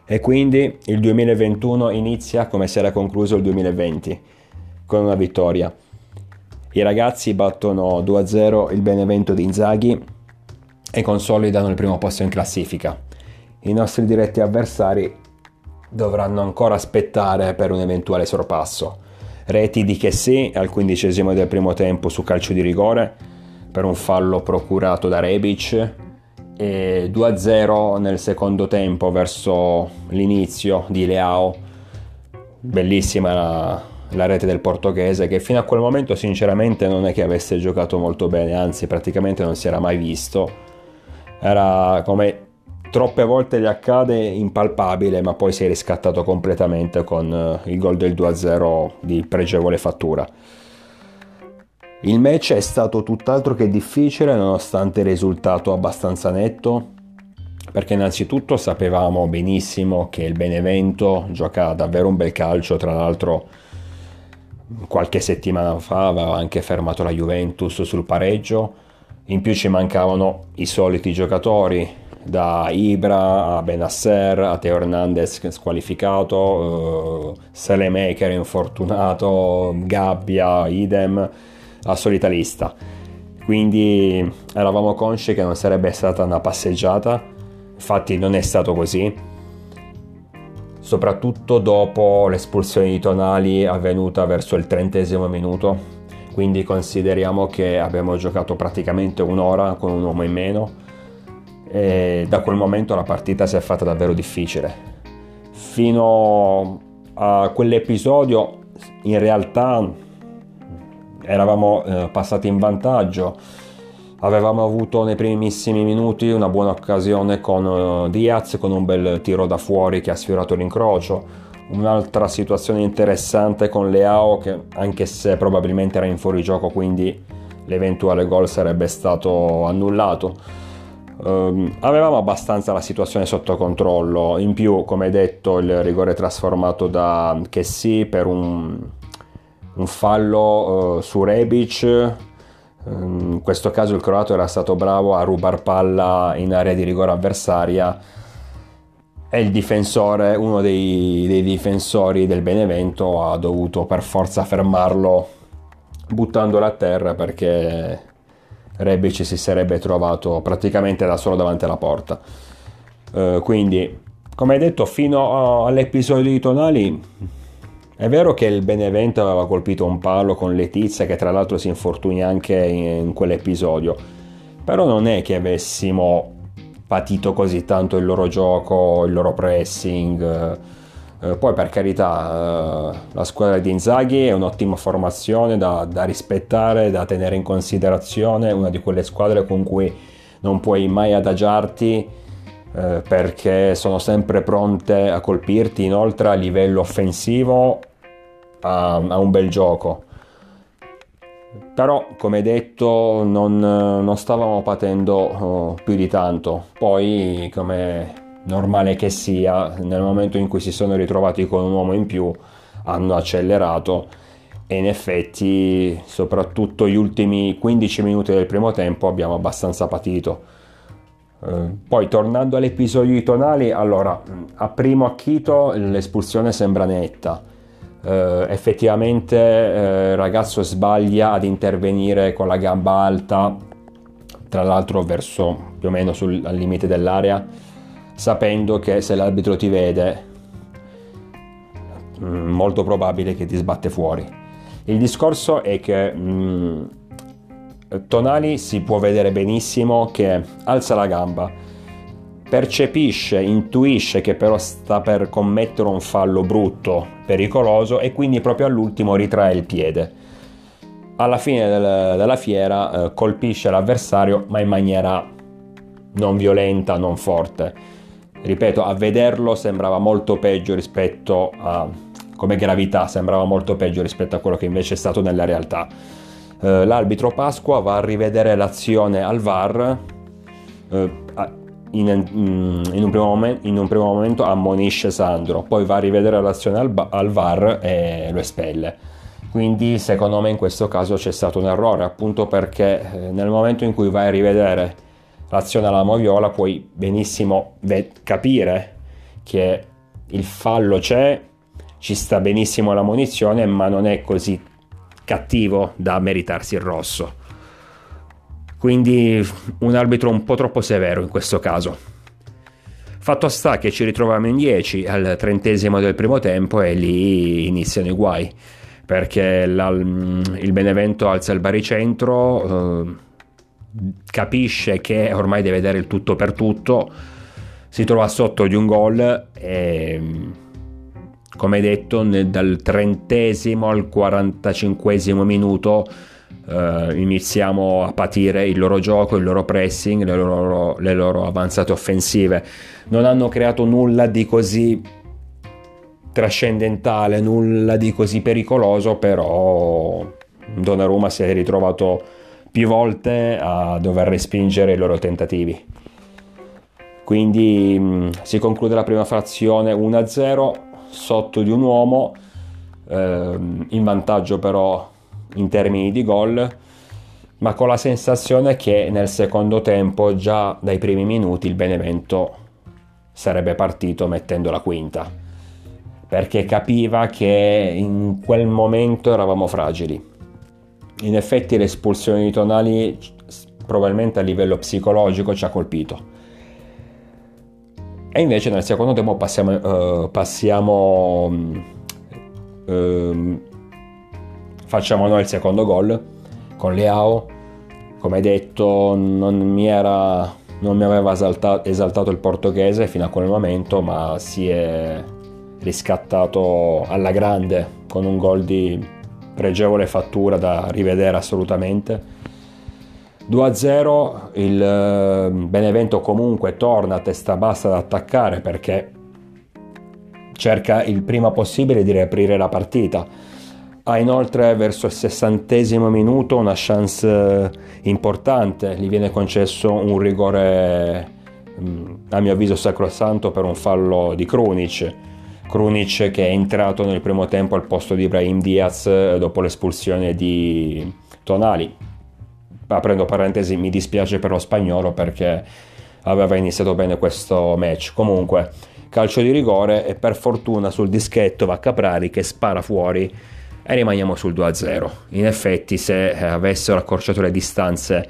e quindi il 2021 inizia come si era concluso il 2020, con una vittoria. I ragazzi battono 2-0 il Benevento di Inzaghi e consolidano il primo posto in classifica. I nostri diretti avversari dovranno ancora aspettare per un eventuale sorpasso. Reti di Chessy al 15° del primo tempo su calcio di rigore per un fallo procurato da Rebic, e 2-0 nel secondo tempo verso l'inizio di Leao. Bellissima la rete del portoghese, che fino a quel momento sinceramente non è che avesse giocato molto bene, anzi praticamente non si era mai visto. Era, come troppe volte gli accade, impalpabile, ma poi si è riscattato completamente con il gol del 2-0 di pregevole fattura. Il match è stato tutt'altro che difficile nonostante il risultato abbastanza netto, perché innanzitutto sapevamo benissimo che il Benevento gioca davvero un bel calcio. Tra l'altro qualche settimana fa aveva anche fermato la Juventus sul pareggio. In più ci mancavano i soliti giocatori, da Ibra a Benasser a Teo Hernandez squalificato, Salemaker infortunato, Gabbia idem, la solita lista. Quindi eravamo consci che non sarebbe stata una passeggiata, infatti non è stato così, soprattutto dopo l'espulsione di Tonali avvenuta verso il 30° minuto. Quindi consideriamo che abbiamo giocato praticamente un'ora con un uomo in meno, e da quel momento la partita si è fatta davvero difficile. Fino a quell'episodio in realtà eravamo passati in vantaggio. Avevamo avuto nei primissimi minuti una buona occasione con Diaz, con un bel tiro da fuori che ha sfiorato l'incrocio. Un'altra situazione interessante con Leao, che anche se probabilmente era in fuorigioco, quindi l'eventuale gol sarebbe stato annullato. Avevamo abbastanza la situazione sotto controllo. In più, come detto, il rigore trasformato da Chessy per un fallo su Rebic. In questo caso il croato era stato bravo a rubar palla in area di rigore avversaria, e il difensore, uno dei difensori del Benevento, ha dovuto per forza fermarlo buttandolo a terra, perché Rebic si sarebbe trovato praticamente da solo davanti alla porta. Quindi, come detto, fino all'episodio di Tonali è vero che il Benevento aveva colpito un palo con Letizia, che tra l'altro si infortuna anche in quell'episodio, però non è che avessimo patito così tanto il loro gioco, il loro pressing. Poi per carità, la squadra di Inzaghi è un'ottima formazione da rispettare, da tenere in considerazione, una di quelle squadre con cui non puoi mai adagiarti, perché sono sempre pronte a colpirti. Inoltre a livello offensivo ha un bel gioco, però come detto non stavamo patendo più di tanto. Poi, come normale che sia, nel momento in cui si sono ritrovati con un uomo in più hanno accelerato, e in effetti soprattutto gli ultimi 15 minuti del primo tempo abbiamo abbastanza patito. Poi tornando all'episodio di Tonali, allora, a primo acchito l'espulsione sembra netta. Effettivamente il ragazzo sbaglia ad intervenire con la gamba alta, tra l'altro verso più o meno al limite dell'area, sapendo che se l'arbitro ti vede molto probabile che ti sbatte fuori. Il discorso è che Tonali si può vedere benissimo che alza la gamba, percepisce, intuisce che però sta per commettere un fallo brutto, pericoloso, e quindi proprio all'ultimo ritrae il piede. Alla fine della fiera colpisce l'avversario, ma in maniera non violenta, non forte. Ripeto, a vederlo sembrava molto peggio rispetto come gravità, sembrava molto peggio rispetto a quello che invece è stato nella realtà. L'arbitro Pasqua va a rivedere l'azione al VAR, in un primo momento ammonisce Sandro, poi va a rivedere l'azione al VAR e lo espelle. Quindi secondo me in questo caso c'è stato un errore, appunto perché nel momento in cui vai a rivedere l'azione alla moviola puoi benissimo capire che il fallo c'è, ci sta benissimo la munizione, ma non è così cattivo da meritarsi il rosso. Quindi un arbitro un po' troppo severo in questo caso. Fatto sta che ci ritroviamo in 10 al 30° del primo tempo e lì iniziano i guai, perché il Benevento alza il baricentro, capisce che ormai deve dare il tutto per tutto, si trova sotto di un gol e, come detto, dal 30° al 45° minuto iniziamo a patire il loro gioco, il loro pressing, le loro avanzate offensive. Non hanno creato nulla di così trascendentale, nulla di così pericoloso, però Donnarumma si è ritrovato più volte a dover respingere i loro tentativi. Quindi si conclude la prima frazione 1-0 sotto di un uomo, in vantaggio però in termini di gol, ma con la sensazione che nel secondo tempo, già dai primi minuti, il Benevento sarebbe partito mettendo la quinta, perché capiva che in quel momento eravamo fragili. In effetti l'espulsione di Tonali probabilmente a livello psicologico ci ha colpito, e invece nel secondo tempo facciamo noi il secondo gol con Leao. Come detto, non mi aveva esaltato il portoghese fino a quel momento, ma si è riscattato alla grande con un gol di pregevole fattura da rivedere assolutamente. 2-0, il Benevento comunque torna a testa bassa ad attaccare, perché cerca il prima possibile di riaprire la partita. Ha inoltre verso il 60° minuto una chance importante, gli viene concesso un rigore a mio avviso sacrosanto per un fallo di Krunic che è entrato nel primo tempo al posto di Brahim Diaz dopo l'espulsione di Tonali. Aprendo parentesi, mi dispiace per lo spagnolo perché aveva iniziato bene questo match. Comunque, calcio di rigore e per fortuna sul dischetto va Caprari che spara fuori e rimaniamo sul 2-0. In effetti, se avessero accorciato le distanze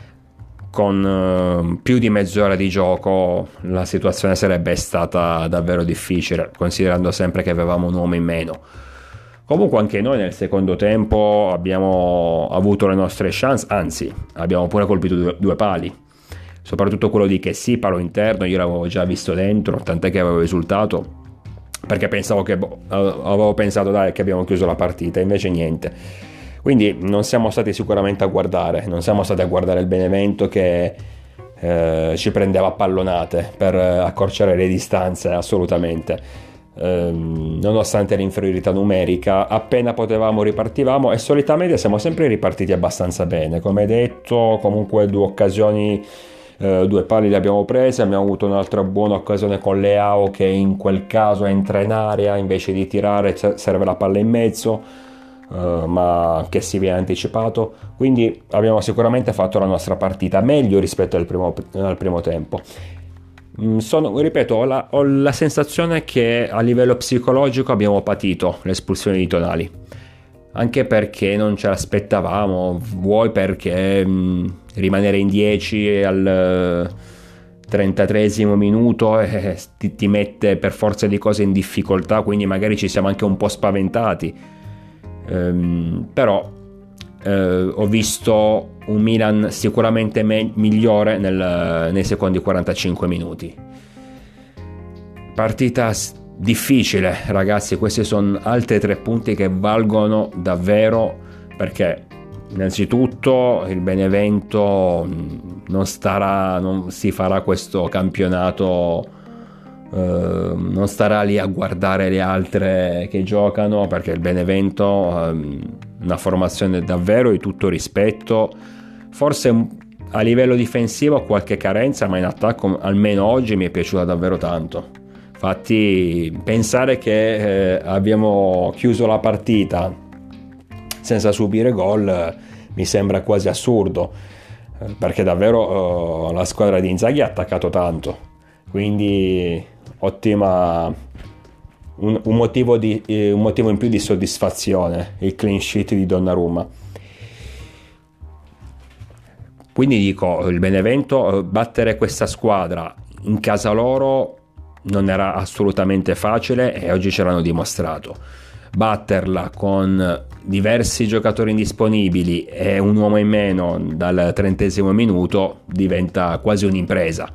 con più di mezz'ora di gioco, la situazione sarebbe stata davvero difficile, considerando sempre che avevamo un uomo in meno. Comunque anche noi nel secondo tempo abbiamo avuto le nostre chance, anzi abbiamo pure colpito due pali, soprattutto quello di Kessie, palo interno. Io l'avevo già visto dentro, tant'è che avevo esultato, perché avevo pensato dai che abbiamo chiuso la partita, invece niente. Quindi non siamo stati sicuramente a guardare il Benevento che ci prendeva a pallonate per accorciare le distanze, assolutamente. Nonostante l'inferiorità numerica, appena potevamo ripartivamo, e solitamente siamo sempre ripartiti abbastanza bene. Come detto, comunque due pali li abbiamo presi, abbiamo avuto un'altra buona occasione con Leao che in quel caso entra in area, invece di tirare serve la palla in mezzo, ma che si viene anticipato. Quindi abbiamo sicuramente fatto la nostra partita meglio rispetto al primo tempo. Ripeto, ho la sensazione che a livello psicologico abbiamo patito l'espulsione di Tonali, anche perché non ce l'aspettavamo, vuoi perché rimanere in 10 al 33° minuto ti mette per forza di cose in difficoltà, quindi magari ci siamo anche un po' spaventati, però ho visto un Milan sicuramente migliore nei secondi 45 minuti. Partita difficile, ragazzi. Questi sono altri 3 punti che valgono davvero, perché innanzitutto il Benevento non si farà questo campionato, non starà lì a guardare le altre che giocano, perché il Benevento una formazione davvero di tutto rispetto, forse a livello difensivo qualche carenza, ma in attacco almeno oggi mi è piaciuta davvero tanto. Infatti pensare che abbiamo chiuso la partita senza subire gol mi sembra quasi assurdo, perché davvero la squadra di Inzaghi ha attaccato tanto, quindi ottima un motivo in più di soddisfazione, il clean sheet di Donnarumma. Quindi dico, il Benevento, battere questa squadra in casa loro non era assolutamente facile e oggi ce l'hanno dimostrato. Batterla con diversi giocatori indisponibili e un uomo in meno dal 30° minuto diventa quasi un'impresa.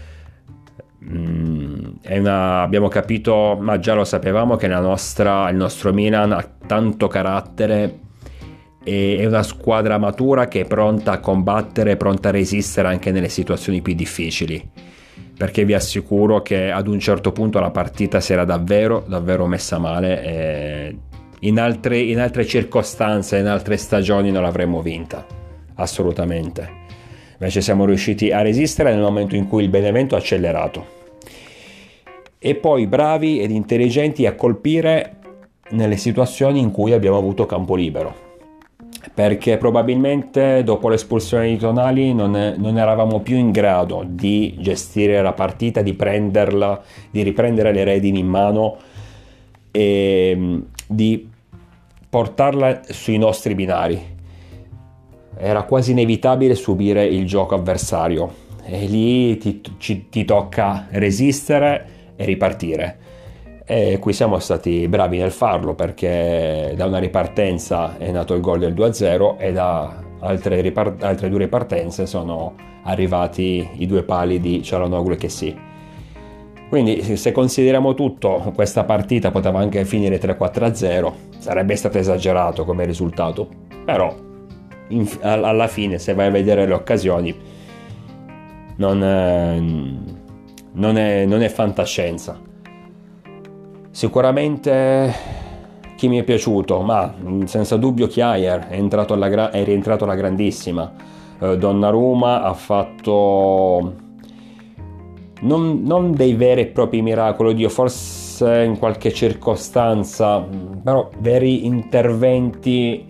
Abbiamo capito, ma già lo sapevamo, che il nostro Milan ha tanto carattere e è una squadra matura che è pronta a combattere, pronta a resistere anche nelle situazioni più difficili, perché vi assicuro che ad un certo punto la partita si era davvero messa male e in altre circostanze, in altre stagioni non l'avremmo vinta, assolutamente. Invece siamo riusciti a resistere nel momento in cui il Benevento ha accelerato, e poi bravi ed intelligenti a colpire nelle situazioni in cui abbiamo avuto campo libero, perché probabilmente dopo l'espulsione di Tonali non eravamo più in grado di gestire la partita, di riprendere le redini in mano e di portarla sui nostri binari. Era quasi inevitabile subire il gioco avversario e lì ti tocca resistere e ripartire, e qui siamo stati bravi nel farlo, perché da una ripartenza è nato il gol del 2-0 e da altre 2 ripartenze sono arrivati i 2 pali di Çalhanoğlu e Kessie. Quindi se consideriamo tutto, questa partita poteva anche finire 3-4-0, sarebbe stato esagerato come risultato, però alla fine, se vai a vedere le occasioni, non è fantascienza. Sicuramente chi mi è piaciuto, ma senza dubbio Kjaer è rientrato alla grandissima. Donnarumma ha fatto non dei veri e propri miracoli, oddio, forse in qualche circostanza, però veri interventi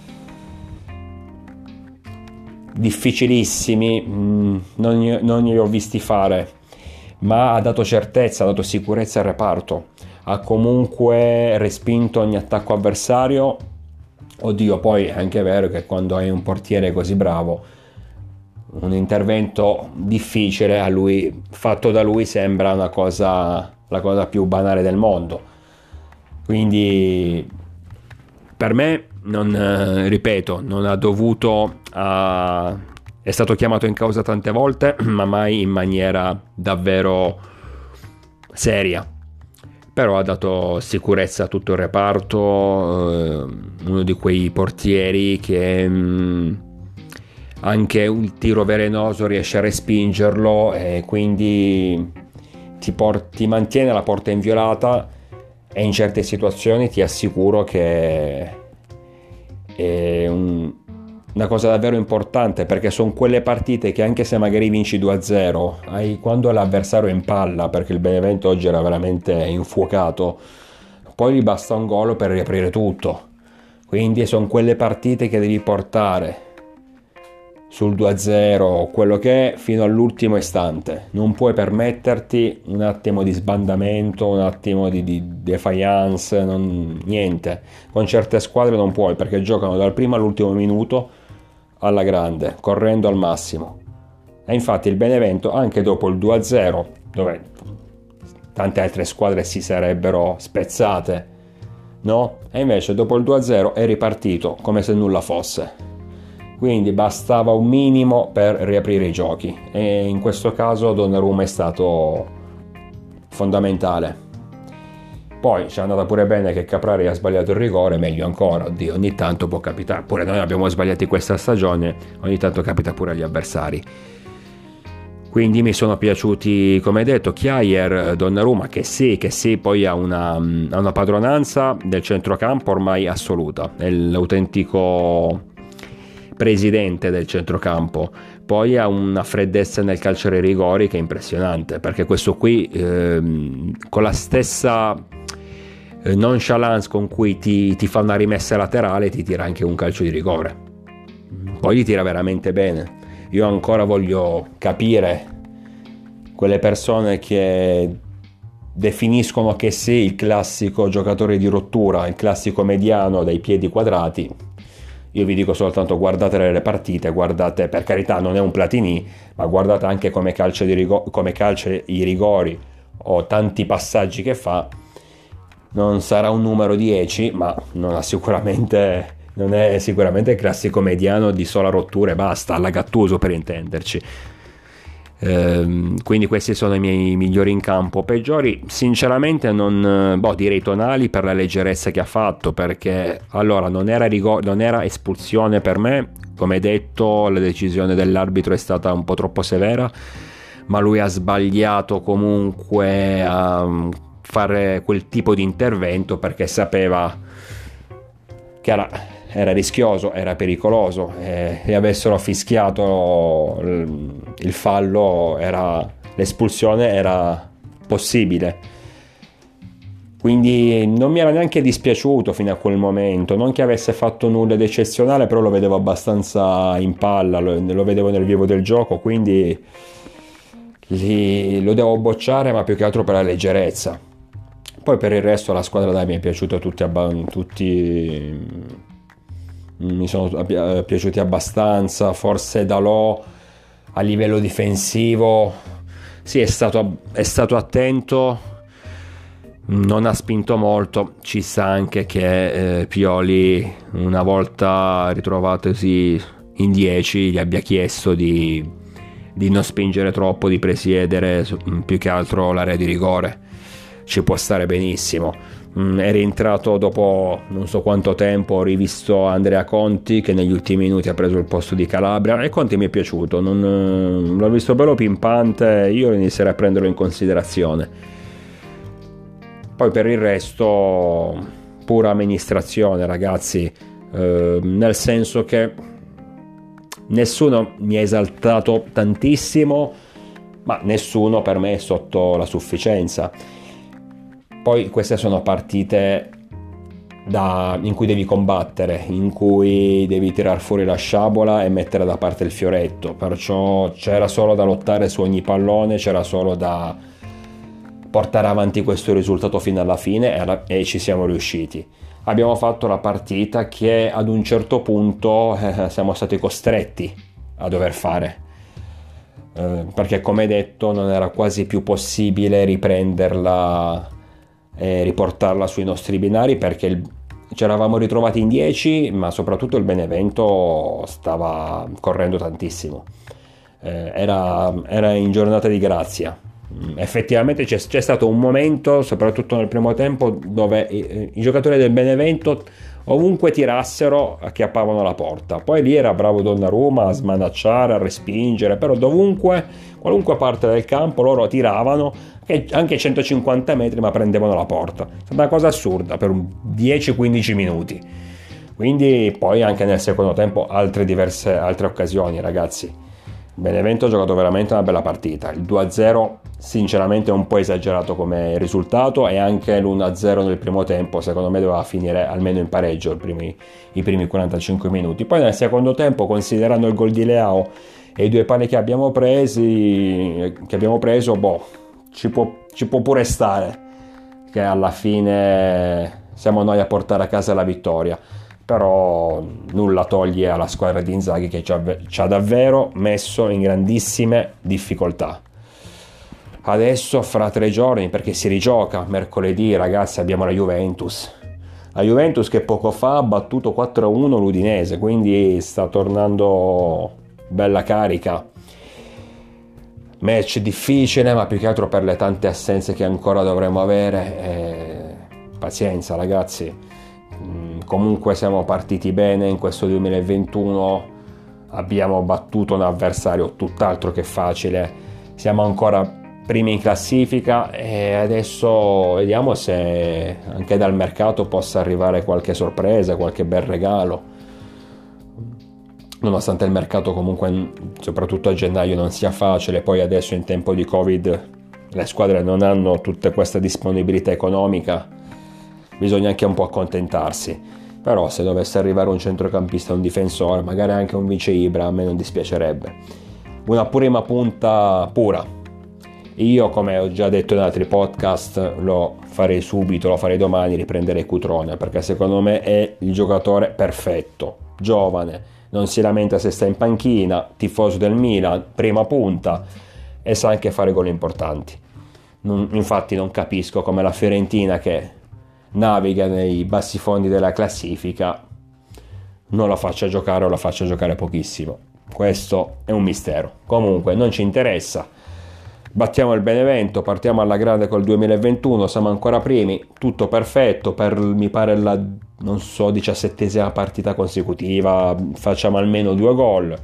difficilissimi non li ho visti fare, ma ha dato certezza, ha dato sicurezza al reparto, ha comunque respinto ogni attacco avversario. Oddio, poi è anche vero che quando hai un portiere così bravo, un intervento difficile fatto da lui sembra la cosa più banale del mondo. Quindi per me ripeto, non ha dovuto è stato chiamato in causa tante volte, ma mai in maniera davvero seria. Però ha dato sicurezza a tutto il reparto, uno di quei portieri che anche un tiro velenoso riesce a respingerlo, e quindi ti mantiene la porta inviolata, e in certe situazioni ti assicuro che è una cosa davvero importante, perché sono quelle partite che anche se magari vinci 2-0, quando l'avversario è in palla, perché il Benevento oggi era veramente infuocato, poi gli basta un gol per riaprire tutto. Quindi sono quelle partite che devi portare sul 2-0, quello che è, fino all'ultimo istante. Non puoi permetterti un attimo di sbandamento, un attimo di defiance, niente. Con certe squadre non puoi, perché giocano dal primo all'ultimo minuto alla grande, correndo al massimo. E infatti il Benevento, anche dopo il 2-0, dove tante altre squadre si sarebbero spezzate, no? E invece dopo il 2-0 è ripartito come se nulla fosse. Quindi bastava un minimo per riaprire i giochi, e in questo caso Donnarumma è stato fondamentale. Poi ci è andata pure bene che Caprari ha sbagliato il rigore, meglio ancora, oddio, ogni tanto può capitare, pure noi abbiamo sbagliati questa stagione, ogni tanto capita pure agli avversari. Quindi mi sono piaciuti, come detto, Kjaer, Donnarumma, che sì, poi ha una padronanza del centrocampo ormai assoluta, è l'autentico presidente del centrocampo. Poi ha una freddezza nel calciare i rigori che è impressionante, perché questo qui con la stessa nonchalance con cui ti fa una rimessa laterale ti tira anche un calcio di rigore, poi li tira veramente bene. Io ancora voglio capire quelle persone che definiscono che sì, il classico giocatore di rottura, il classico mediano dai piedi quadrati. Io vi dico soltanto: guardate le partite, guardate, per carità non è un Platini, ma guardate anche come calcia i rigori o tanti passaggi che fa. Non sarà un numero 10, ma non è sicuramente il classico mediano di sola rottura e basta, alla Gattuso per intenderci. Quindi questi sono i miei migliori in campo. Peggiori sinceramente direi Tonali, per la leggerezza che ha fatto, perché allora non era espulsione per me, come detto la decisione dell'arbitro è stata un po' troppo severa, ma lui ha sbagliato comunque a fare quel tipo di intervento perché sapeva che era rischioso, era pericoloso, e avessero fischiato il fallo, l'espulsione era possibile. Quindi non mi era neanche dispiaciuto fino a quel momento, non che avesse fatto nulla di eccezionale, però lo vedevo abbastanza in palla, lo vedevo nel vivo del gioco, quindi lo devo bocciare, ma più che altro per la leggerezza. Poi per il resto la squadra mi è piaciuta tutti, mi sono piaciuti abbastanza. Forse Dalot a livello difensivo sì, è stato attento, non ha spinto molto. Ci sa anche che Pioli, una volta ritrovatosi in 10, gli abbia chiesto di non spingere troppo, di presiedere più che altro l'area di rigore. Ci può stare benissimo. È rientrato dopo non so quanto tempo, ho rivisto Andrea Conti che negli ultimi minuti ha preso il posto di Calabria, e Conti mi è piaciuto, l'ho visto bello pimpante, io inizierei a prenderlo in considerazione. Poi per il resto pura amministrazione, ragazzi, nel senso che nessuno mi ha esaltato tantissimo, ma nessuno per me è sotto la sufficienza. Poi queste sono partite in cui devi combattere, in cui devi tirar fuori la sciabola e mettere da parte il fioretto, perciò c'era solo da lottare su ogni pallone, c'era solo da portare avanti questo risultato fino alla fine, e ci siamo riusciti. Abbiamo fatto la partita che ad un certo punto siamo stati costretti a dover fare, perché come detto non era quasi più possibile riprenderla e riportarla sui nostri binari, perché ci eravamo ritrovati in 10, ma soprattutto il Benevento stava correndo tantissimo, era in giornata di grazia. Effettivamente c'è stato un momento, soprattutto nel primo tempo, dove i giocatori del Benevento ovunque tirassero acchiappavano la porta. Poi lì era bravo Donnarumma a smanacciare, a respingere, però qualunque parte del campo loro tiravano anche 150 metri, ma prendevano la porta. È una cosa assurda per 10-15 minuti. Quindi poi anche nel secondo tempo altre occasioni, ragazzi. Benevento ha giocato veramente una bella partita. Il 2-0 sinceramente è un po' esagerato come risultato, e anche l'1-0 nel primo tempo secondo me doveva finire almeno in pareggio i primi 45 minuti. Poi nel secondo tempo, considerando il gol di Leao e i 2 pali che abbiamo preso, ci può pure stare che alla fine siamo noi a portare a casa la vittoria. Però nulla toglie alla squadra di Inzaghi, che ci ha davvero messo in grandissime difficoltà. Adesso fra 3 giorni, perché si rigioca mercoledì, ragazzi, abbiamo la Juventus che poco fa ha battuto 4-1 l'Udinese, quindi sta tornando bella carica. Match difficile, ma più che altro per le tante assenze che ancora dovremo avere. Pazienza, ragazzi. Comunque siamo partiti bene in questo 2021, abbiamo battuto un avversario tutt'altro che facile, siamo ancora primi in classifica, e adesso vediamo se anche dal mercato possa arrivare qualche sorpresa, qualche bel regalo, nonostante il mercato comunque soprattutto a gennaio non sia facile. Poi adesso in tempo di Covid le squadre non hanno tutta questa disponibilità economica, bisogna anche un po' accontentarsi. Però se dovesse arrivare un centrocampista, un difensore, magari anche un vice Ibra, a me non dispiacerebbe. Una prima punta pura, Io, come ho già detto in altri podcast, lo farei subito, lo farei domani, riprenderei Cutrone, perché secondo me è il giocatore perfetto, giovane, non si lamenta se sta in panchina, tifoso del Milan, prima punta e sa anche fare gol importanti. Infatti non capisco come la Fiorentina, che naviga nei bassi fondi della classifica, non lo faccia giocare o lo faccia giocare pochissimo. Questo è un mistero. Comunque non ci interessa. Battiamo il Benevento, partiamo alla grande col 2021, siamo ancora primi, tutto perfetto per, mi pare, la, non so, 17ª partita consecutiva, facciamo almeno 2 gol.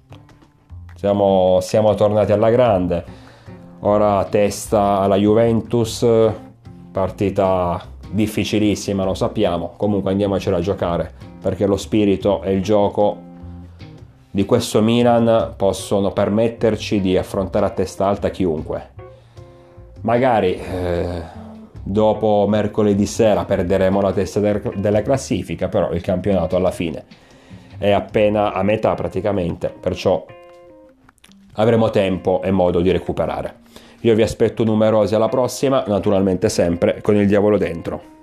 Siamo tornati alla grande. Ora testa alla Juventus, partita difficilissima, lo sappiamo, comunque andiamocela a giocare, perché lo spirito e il gioco di questo Milan possono permetterci di affrontare a testa alta chiunque. Magari dopo mercoledì sera perderemo la testa della classifica, però il campionato alla fine è appena a metà praticamente, perciò avremo tempo e modo di recuperare. Io vi aspetto numerosi alla prossima, naturalmente sempre con il diavolo dentro.